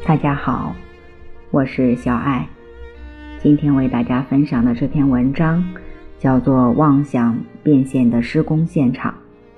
大家好，我是小爱。今天为大家分享的这篇文章叫做《妄想变现的施工现场》。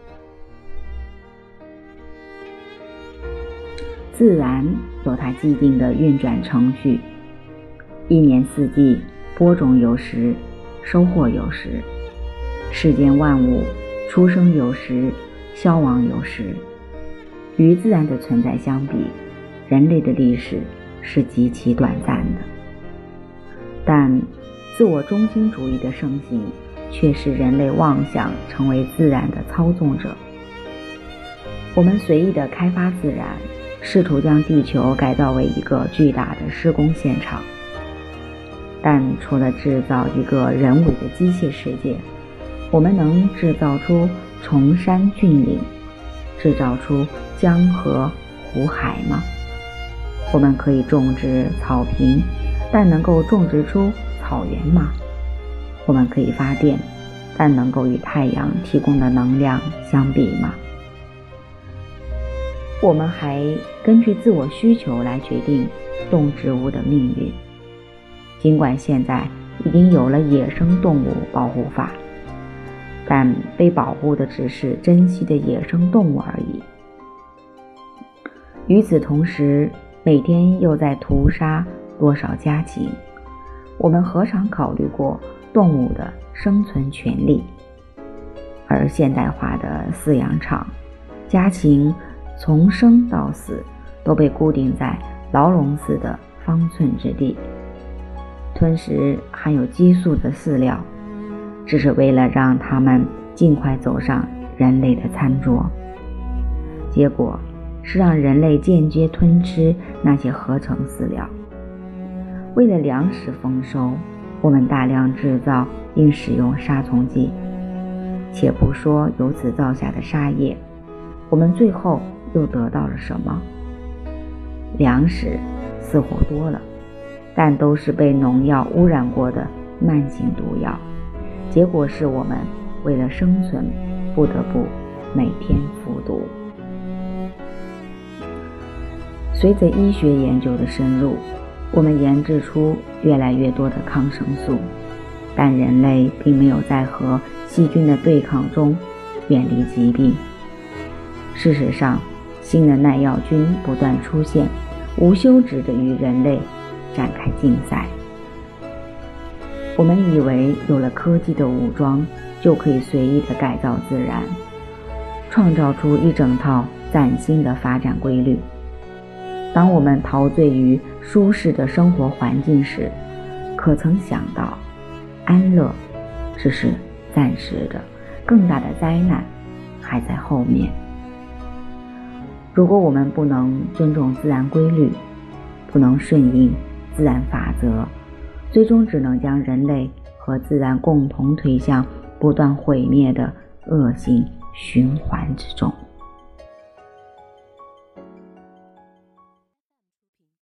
自然有它既定的运转程序，一年四季，播种有时，收获有时，世间万物出生有时，消亡有时。与自然的存在相比，人类的历史是极其短暂的，但自我中心主义的盛行却使人类妄想成为自然的操纵者。我们随意地开发自然，试图将地球改造为一个巨大的施工现场，但除了制造一个人为的机械世界，我们能制造出崇山峻岭，制造出江河湖海吗？我们可以种植草坪，但能够种植出草原吗？我们可以发电，但能够与太阳提供的能量相比吗？我们还根据自我需求来决定动植物的命运。尽管现在已经有了野生动物保护法，但被保护的只是珍稀的野生动物而已。与此同时，每天又在屠杀多少家禽？我们何尝考虑过动物的生存权利？而现代化的饲养场，家禽从生到死都被固定在牢笼似的方寸之地，吞食含有激素的饲料，只是为了让它们尽快走上人类的餐桌。结果是让人类间接吞吃那些合成饲料。为了粮食丰收，我们大量制造并使用杀虫剂，且不说由此造下的杀业，我们最后又得到了什么？粮食似乎多了，但都是被农药污染过的慢性毒药，结果是我们为了生存不得不每天服毒。随着医学研究的深入，我们研制出越来越多的抗生素，但人类并没有在和细菌的对抗中远离疾病。事实上，新的耐药菌不断出现，无休止地与人类展开竞赛。我们以为有了科技的武装，就可以随意地改造自然，创造出一整套崭新的发展规律。当我们陶醉于舒适的生活环境时，可曾想到安乐只是暂时的，更大的灾难还在后面。如果我们不能尊重自然规律，不能顺应自然法则，最终只能将人类和自然共同推向不断毁灭的恶性循环之中。